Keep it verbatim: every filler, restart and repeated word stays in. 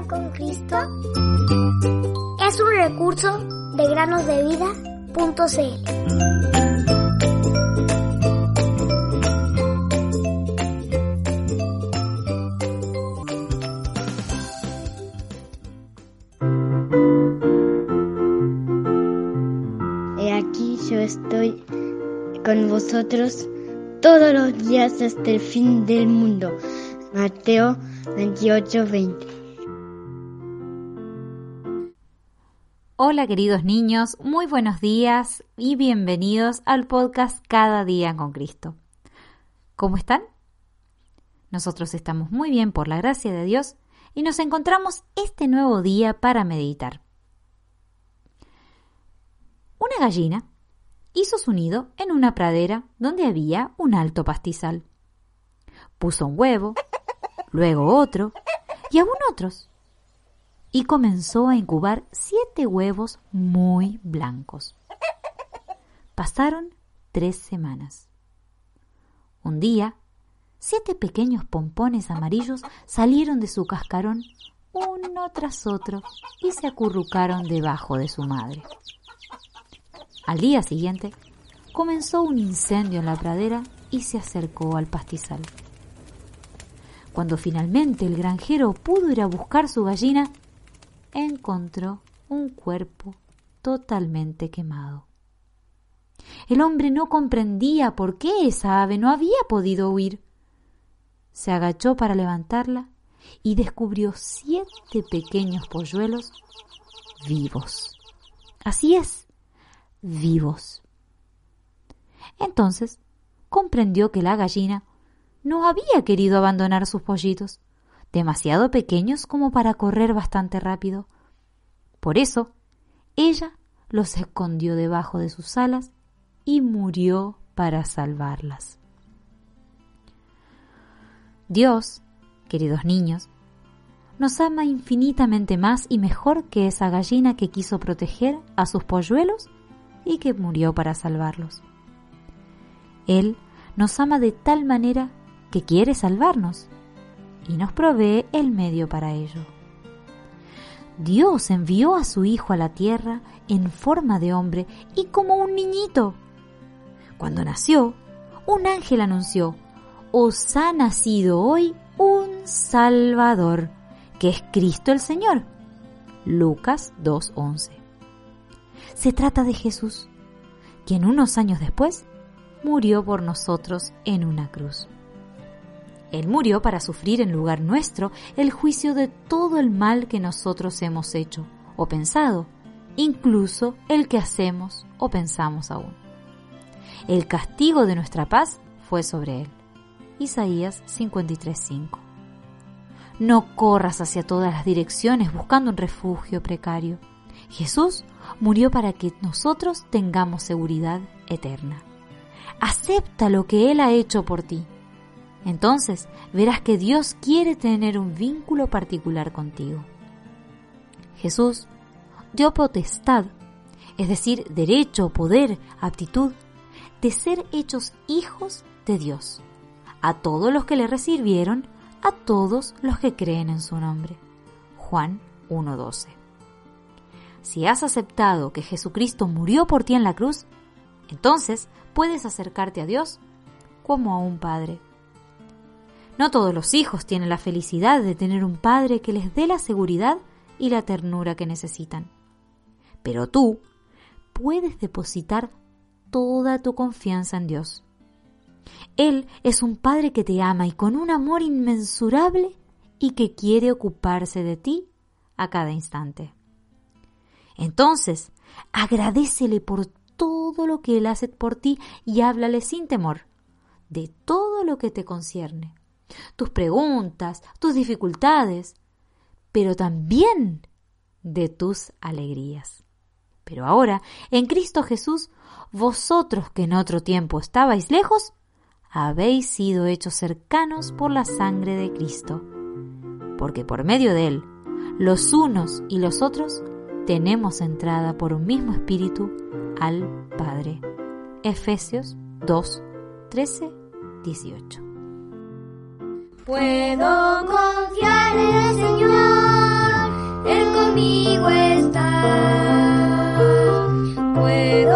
con Cristo es un recurso de granosdevida punto c l. He aquí yo estoy con vosotros todos los días hasta el fin del mundo. Mateo veintiocho, veinte. Hola queridos niños, muy buenos días y bienvenidos al podcast Cada Día con Cristo. ¿Cómo están? Nosotros estamos muy bien por la gracia de Dios y nos encontramos este nuevo día para meditar. Una gallina hizo su nido en una pradera donde había un alto pastizal. Puso un huevo, luego otro y aún otros. Y comenzó a incubar siete huevos muy blancos. Pasaron tres semanas. Un día, siete pequeños pompones amarillos salieron de su cascarón uno tras otro y se acurrucaron debajo de su madre. Al día siguiente, comenzó un incendio en la pradera y se acercó al pastizal. Cuando finalmente el granjero pudo ir a buscar su gallina, encontró un cuerpo totalmente quemado. El hombre no comprendía por qué esa ave no había podido huir. Se agachó para levantarla y descubrió siete pequeños polluelos vivos. Así es, vivos. Entonces comprendió que la gallina no había querido abandonar sus pollitos, demasiado pequeños como para correr bastante rápido. Por eso, ella los escondió debajo de sus alas y murió para salvarlas. Dios, queridos niños, nos ama infinitamente más y mejor que esa gallina que quiso proteger a sus polluelos y que murió para salvarlos. Él nos ama de tal manera que quiere salvarnos y nos provee el medio para ello. Dios envió a su Hijo a la tierra en forma de hombre y como un niñito. Cuando nació, un ángel anunció: «Os ha nacido hoy un Salvador, que es Cristo el Señor». Lucas dos once. Se trata de Jesús, quien unos años después murió por nosotros en una cruz. Él murió para sufrir en lugar nuestro el juicio de todo el mal que nosotros hemos hecho o pensado, incluso el que hacemos o pensamos aún. El castigo de nuestra paz fue sobre él. Isaías cincuenta y tres cinco. No corras hacia todas las direcciones buscando un refugio precario. Jesús murió para que nosotros tengamos seguridad eterna. Acepta lo que Él ha hecho por ti. Entonces verás que Dios quiere tener un vínculo particular contigo. Jesús dio potestad, es decir, derecho, poder, aptitud, de ser hechos hijos de Dios, a todos los que le recibieron, a todos los que creen en su nombre. Juan uno doce. Si has aceptado que Jesucristo murió por ti en la cruz, entonces puedes acercarte a Dios como a un padre. No todos los hijos tienen la felicidad de tener un padre que les dé la seguridad y la ternura que necesitan. Pero tú puedes depositar toda tu confianza en Dios. Él es un padre que te ama y con un amor inmensurable y que quiere ocuparse de ti a cada instante. Entonces, agradécele por todo lo que Él hace por ti y háblale sin temor de todo lo que te concierne. Tus preguntas, tus dificultades, pero también de tus alegrías. Pero ahora, en Cristo Jesús, vosotros que en otro tiempo estabais lejos, habéis sido hechos cercanos por la sangre de Cristo, porque por medio de Él, los unos y los otros, tenemos entrada por un mismo Espíritu al Padre. Efesios dos, trece, dieciocho. Puedo confiar en el Señor, conmigo está. Puedo